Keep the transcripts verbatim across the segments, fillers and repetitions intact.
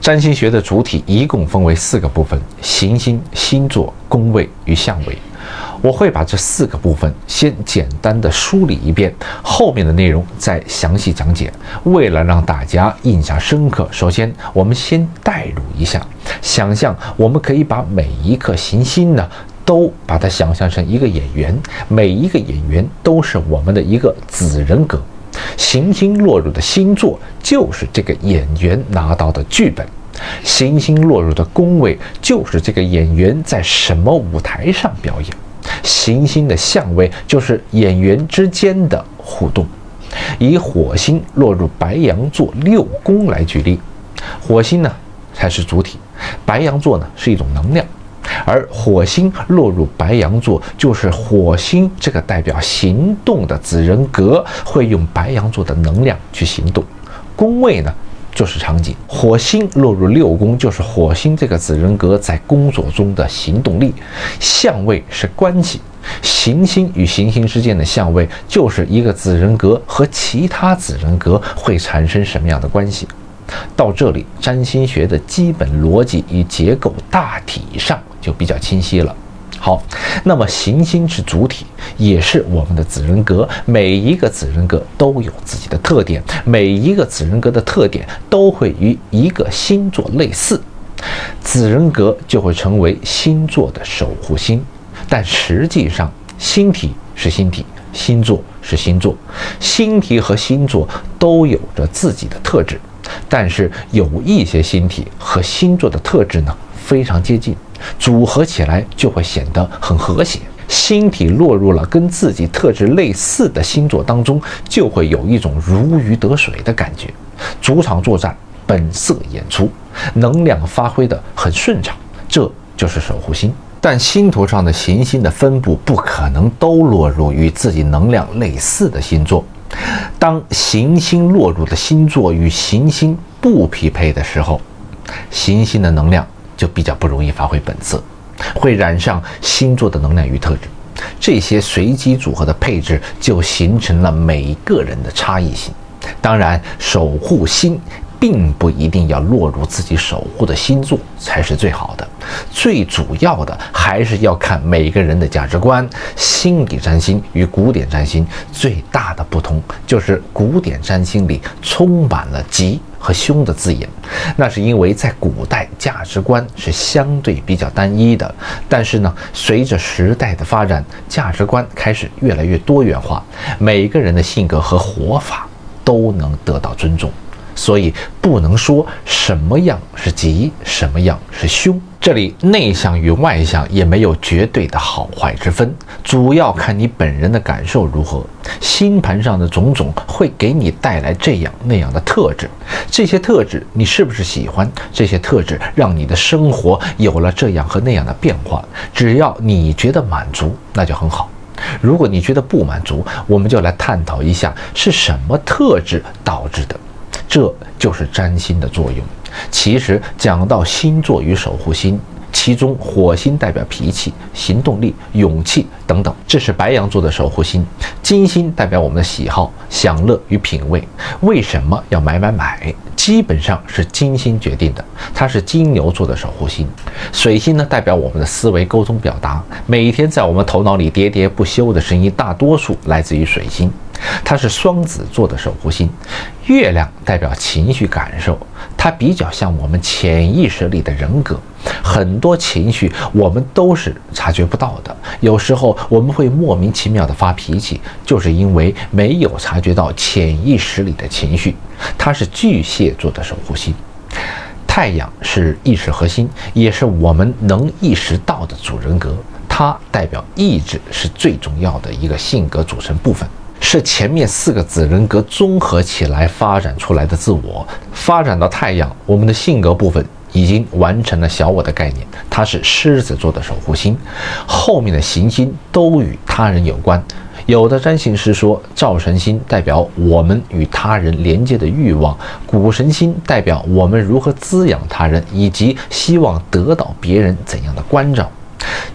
占星学的主体一共分为四个部分：行星、星座、宫位与相位。我会把这四个部分先简单的梳理一遍，后面的内容再详细讲解。为了让大家印象深刻，首先我们先代入一下，想象我们可以把每一颗行星呢，都把它想象成一个演员，每一个演员都是我们的一个子人格。行星落入的星座就是这个演员拿到的剧本，行星落入的宫位就是这个演员在什么舞台上表演，行星的相位就是演员之间的互动。以火星落入白羊座六宫来举例，火星呢才是主体，白羊座呢是一种能量。而火星落入白羊座，就是火星这个代表行动的子人格会用白羊座的能量去行动。宫位呢就是场景，火星落入六宫，就是火星这个子人格在工作中的行动力。相位是关系，行星与行星之间的相位就是一个子人格和其他子人格会产生什么样的关系。到这里，占星学的基本逻辑与结构大体上就比较清晰了。好，那么行星是主体，也是我们的子人格，每一个子人格都有自己的特点，每一个子人格的特点都会与一个星座类似，子人格就会成为星座的守护星。但实际上，星体是星体，星座是星座，星体和星座都有着自己的特质。但是有一些星体和星座的特质呢非常接近，组合起来就会显得很和谐。星体落入了跟自己特质类似的星座当中，就会有一种如鱼得水的感觉，主场作战，本色演出，能量发挥得很顺畅，这就是守护星。但星图上的行星的分布不可能都落入与自己能量类似的星座。当行星落入的星座与行星不匹配的时候，行星的能量就比较不容易发挥本色，会染上星座的能量与特质。这些随机组合的配置就形成了每个人的差异性。当然，守护星并不一定要落入自己守护的星座才是最好的，最主要的还是要看每个人的价值观。心理占星与古典占星最大的不同就是古典占星里充满了吉和凶的字眼，那是因为在古代价值观是相对比较单一的，但是呢，随着时代的发展，价值观开始越来越多元化，每个人的性格和活法都能得到尊重。所以不能说什么样是吉，什么样是凶。这里内向与外向也没有绝对的好坏之分，主要看你本人的感受如何。星盘上的种种会给你带来这样那样的特质，这些特质你是不是喜欢？这些特质让你的生活有了这样和那样的变化，只要你觉得满足，那就很好。如果你觉得不满足，我们就来探讨一下是什么特质导致的。这就是占星的作用。其实讲到星座与守护星，其中火星代表脾气、行动力、勇气等等，这是白羊座的守护星。金星代表我们的喜好、享乐与品味。为什么要买买买？基本上是金星决定的，它是金牛座的守护星。水星呢，代表我们的思维、沟通、表达。每一天在我们头脑里喋喋不休的声音，大多数来自于水星。它是双子座的守护星。月亮代表情绪感受，它比较像我们潜意识里的人格，很多情绪我们都是察觉不到的，有时候我们会莫名其妙的发脾气，就是因为没有察觉到潜意识里的情绪。它是巨蟹座的守护星。太阳是意识核心，也是我们能意识到的主人格，它代表意志是最重要的一个性格组成部分，是前面四个子人格综合起来发展出来的自我。发展到太阳，我们的性格部分已经完成了小我的概念，它是狮子座的守护星。后面的行星都与他人有关。有的占星师说，灶神星代表我们与他人连接的欲望，谷神星代表我们如何滋养他人，以及希望得到别人怎样的关照。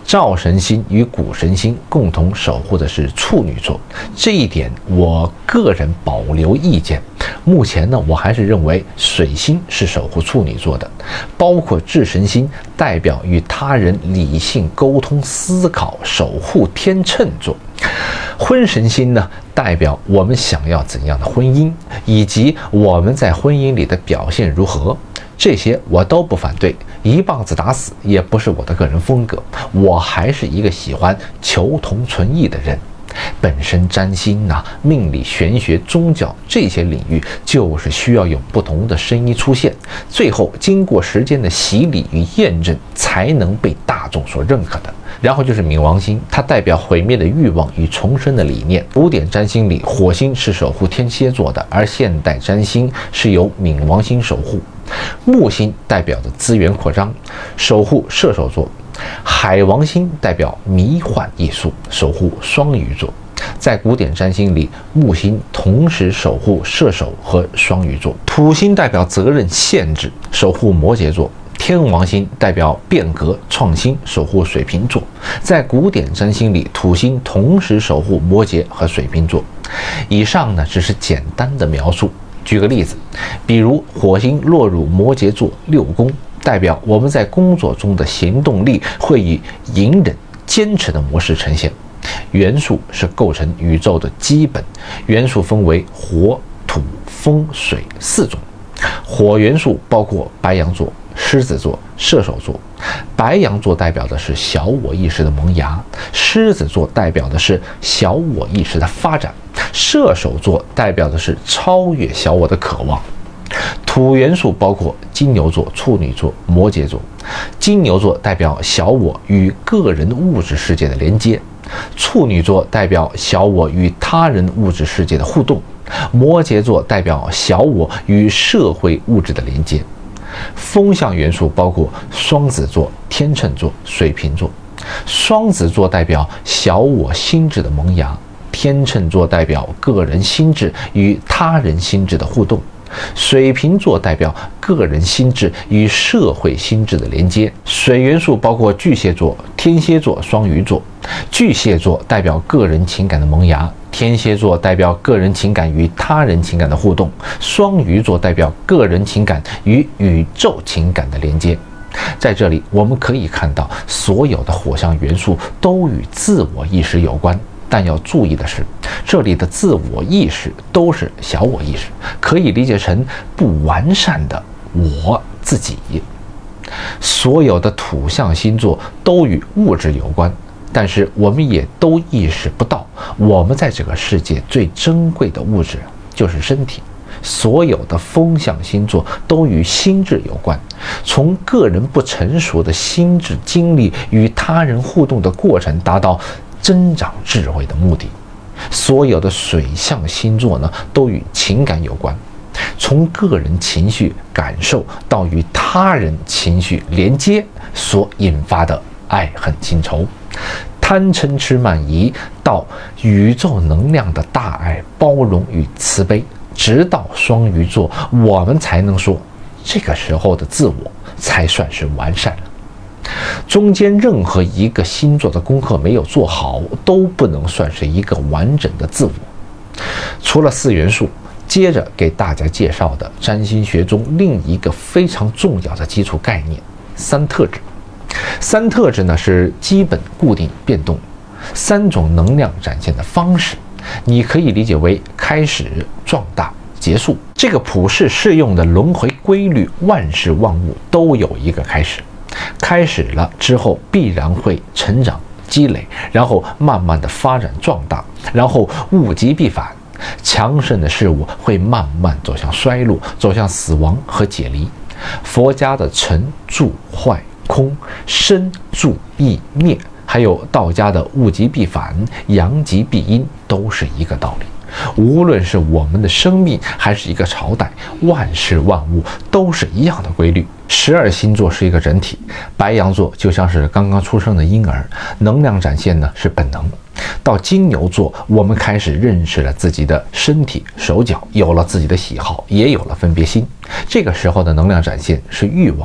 灶神星与谷神星共同守护的是处女座，这一点我个人保留意见。目前呢，我还是认为水星是守护处女座的，包括智神星代表与他人理性沟通思考，守护天秤座。婚神星呢，代表我们想要怎样的婚姻，以及我们在婚姻里的表现如何。这些我都不反对，一棒子打死也不是我的个人风格。我还是一个喜欢求同存异的人。本身占星啊、命理、玄学、宗教这些领域，就是需要有不同的声音出现，最后经过时间的洗礼与验证，才能被大众所认可的。然后就是冥王星，它代表毁灭的欲望与重生的理念。古典占星里，火星是守护天蝎座的，而现代占星是由冥王星守护。木星代表着资源扩张，守护射手座。海王星代表迷幻艺术，守护双鱼座。在古典占星里，木星同时守护射手和双鱼座。土星代表责任限制，守护摩羯座。天王星代表变革创新，守护水瓶座。在古典占星里，土星同时守护摩羯和水瓶座。以上呢，只是简单的描述。举个例子，比如火星落入摩羯座六宫，代表我们在工作中的行动力会以隐忍、坚持的模式呈现。元素是构成宇宙的基本，元素分为火、土、风、水四种。火元素包括白羊座、狮子座、射手座。白羊座代表的是小我意识的萌芽，狮子座代表的是小我意识的发展，射手座代表的是超越小我的渴望。土元素包括金牛座、处女座、摩羯座。金牛座代表小我与个人物质世界的连接，处女座代表小我与他人物质世界的互动，摩羯座代表小我与社会物质的连接。风象元素包括双子座、天秤座、水瓶座。双子座代表小我心智的萌芽，天秤座代表个人心智与他人心智的互动，水瓶座代表个人心智与社会心智的连接。水元素包括巨蟹座、天蝎座、双鱼座。巨蟹座代表个人情感的萌芽，天蝎座代表个人情感与他人情感的互动，双鱼座代表个人情感与宇宙情感的连接。在这里我们可以看到，所有的火象元素都与自我意识有关，但要注意的是，这里的自我意识都是小我意识，可以理解成不完善的我自己。所有的土象星座都与物质有关，但是我们也都意识不到，我们在这个世界最珍贵的物质就是身体。所有的风象星座都与心智有关，从个人不成熟的心智经历与他人互动的过程，达到增长智慧的目的。所有的水象星座呢，都与情感有关，从个人情绪感受到与他人情绪连接所引发的爱恨情仇，贪嗔痴慢疑，到宇宙能量的大爱、包容与慈悲，直到双鱼座，我们才能说，这个时候的自我才算是完善了。中间任何一个星座的功课没有做好，都不能算是一个完整的自我。除了四元素，接着给大家介绍的占星学中另一个非常重要的基础概念——三特质。三特质呢，是基本、固定、变动三种能量展现的方式，你可以理解为开始、壮大、结束。这个普世适用的轮回规律，万事万物都有一个开始，开始了之后必然会成长、积累，然后慢慢的发展壮大，然后物极必反，强盛的事物会慢慢走向衰落，走向死亡和解离。佛家的成住坏空、生住异灭，还有道家的物极必反、阳极必阴，都是一个道理。无论是我们的生命还是一个朝代，万事万物都是一样的规律。十二星座是一个整体，白羊座就像是刚刚出生的婴儿，能量展现呢是本能。到金牛座，我们开始认识了自己的身体、手脚，有了自己的喜好，也有了分别心。这个时候的能量展现是欲望。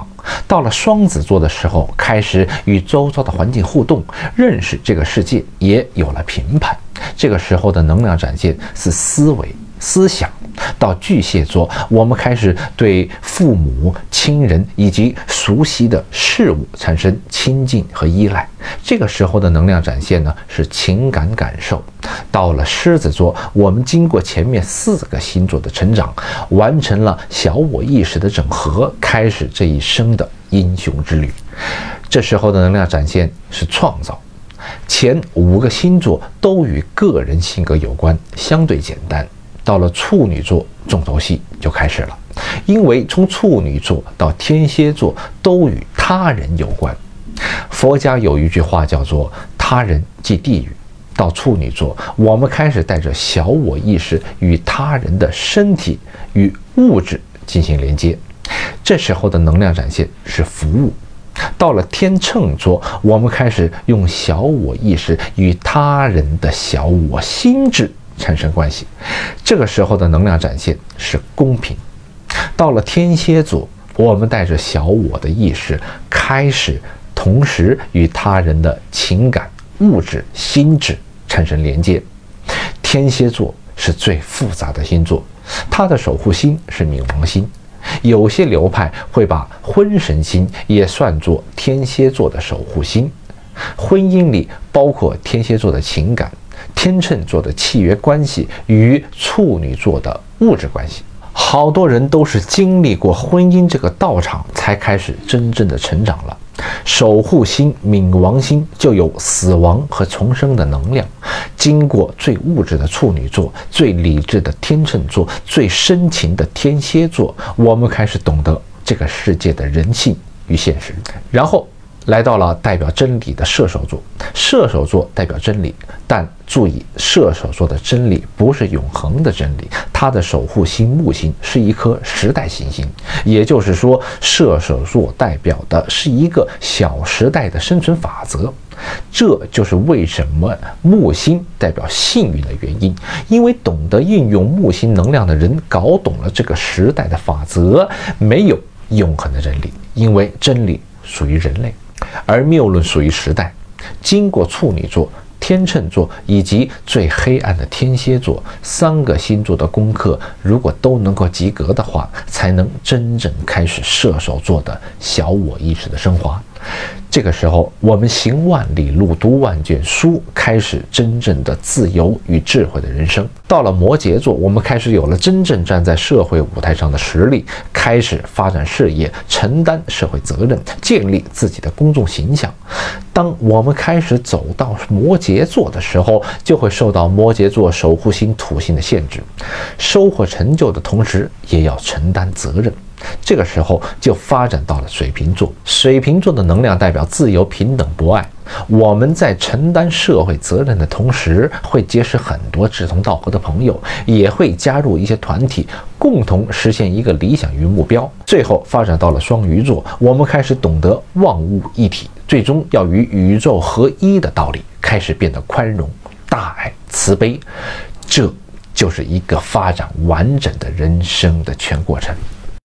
到了双子座的时候，开始与周遭的环境互动，认识这个世界，也有了评判。这个时候的能量展现是思维、思想。到巨蟹座，我们开始对父母、亲人以及熟悉的事物产生亲近和依赖。这个时候的能量展现呢，是情感感受。到了狮子座，我们经过前面四个星座的成长，完成了小我意识的整合，开始这一生的英雄之旅。这时候的能量展现是创造。前五个星座都与个人性格有关，相对简单。到了处女座，重头戏就开始了，因为从处女座到天蝎座都与他人有关。佛家有一句话叫做“他人即地狱”。到处女座，我们开始带着小我意识与他人的身体与物质进行连接，这时候的能量展现是服务。到了天秤座，我们开始用小我意识与他人的小我心智产生关系，这个时候的能量展现是公平。到了天蝎座，我们带着小我的意识，开始同时与他人的情感、物质、心智产生连接。天蝎座是最复杂的星座，它的守护星是冥王星。有些流派会把婚神星也算作天蝎座的守护星。婚姻里包括天蝎座的情感、天秤座的契约关系与处女座的物质关系。好多人都是经历过婚姻这个道场，才开始真正的成长了。守护星冥王星就有死亡和重生的能量，经过最物质的处女座、最理智的天秤座、最深情的天蝎座，我们开始懂得这个世界的人性与现实。然后来到了代表真理的射手座，射手座代表真理，但注意，射手座的真理不是永恒的真理，它的守护星木星是一颗时代行星，也就是说，射手座代表的是一个小时代的生存法则。这就是为什么木星代表幸运的原因，因为懂得运用木星能量的人搞懂了这个时代的法则，没有永恒的真理，因为真理属于人类，而谬论属于时代。经过处女座、天秤座以及最黑暗的天蝎座三个星座的功课，如果都能够及格的话，才能真正开始射手座的小我意识的升华。这个时候，我们行万里路，读万卷书，开始真正的自由与智慧的人生。到了摩羯座，我们开始有了真正站在社会舞台上的实力，开始发展事业，承担社会责任，建立自己的公众形象。当我们开始走到摩羯座的时候，就会受到摩羯座守护星土星的限制，收获成就的同时，也要承担责任。这个时候就发展到了水瓶座，水瓶座的能量代表自由、平等、博爱。我们在承担社会责任的同时，会结识很多志同道合的朋友，也会加入一些团体，共同实现一个理想与目标。最后发展到了双鱼座，我们开始懂得万物一体，最终要与宇宙合一的道理，开始变得宽容、大爱、慈悲。这就是一个发展完整的人生的全过程。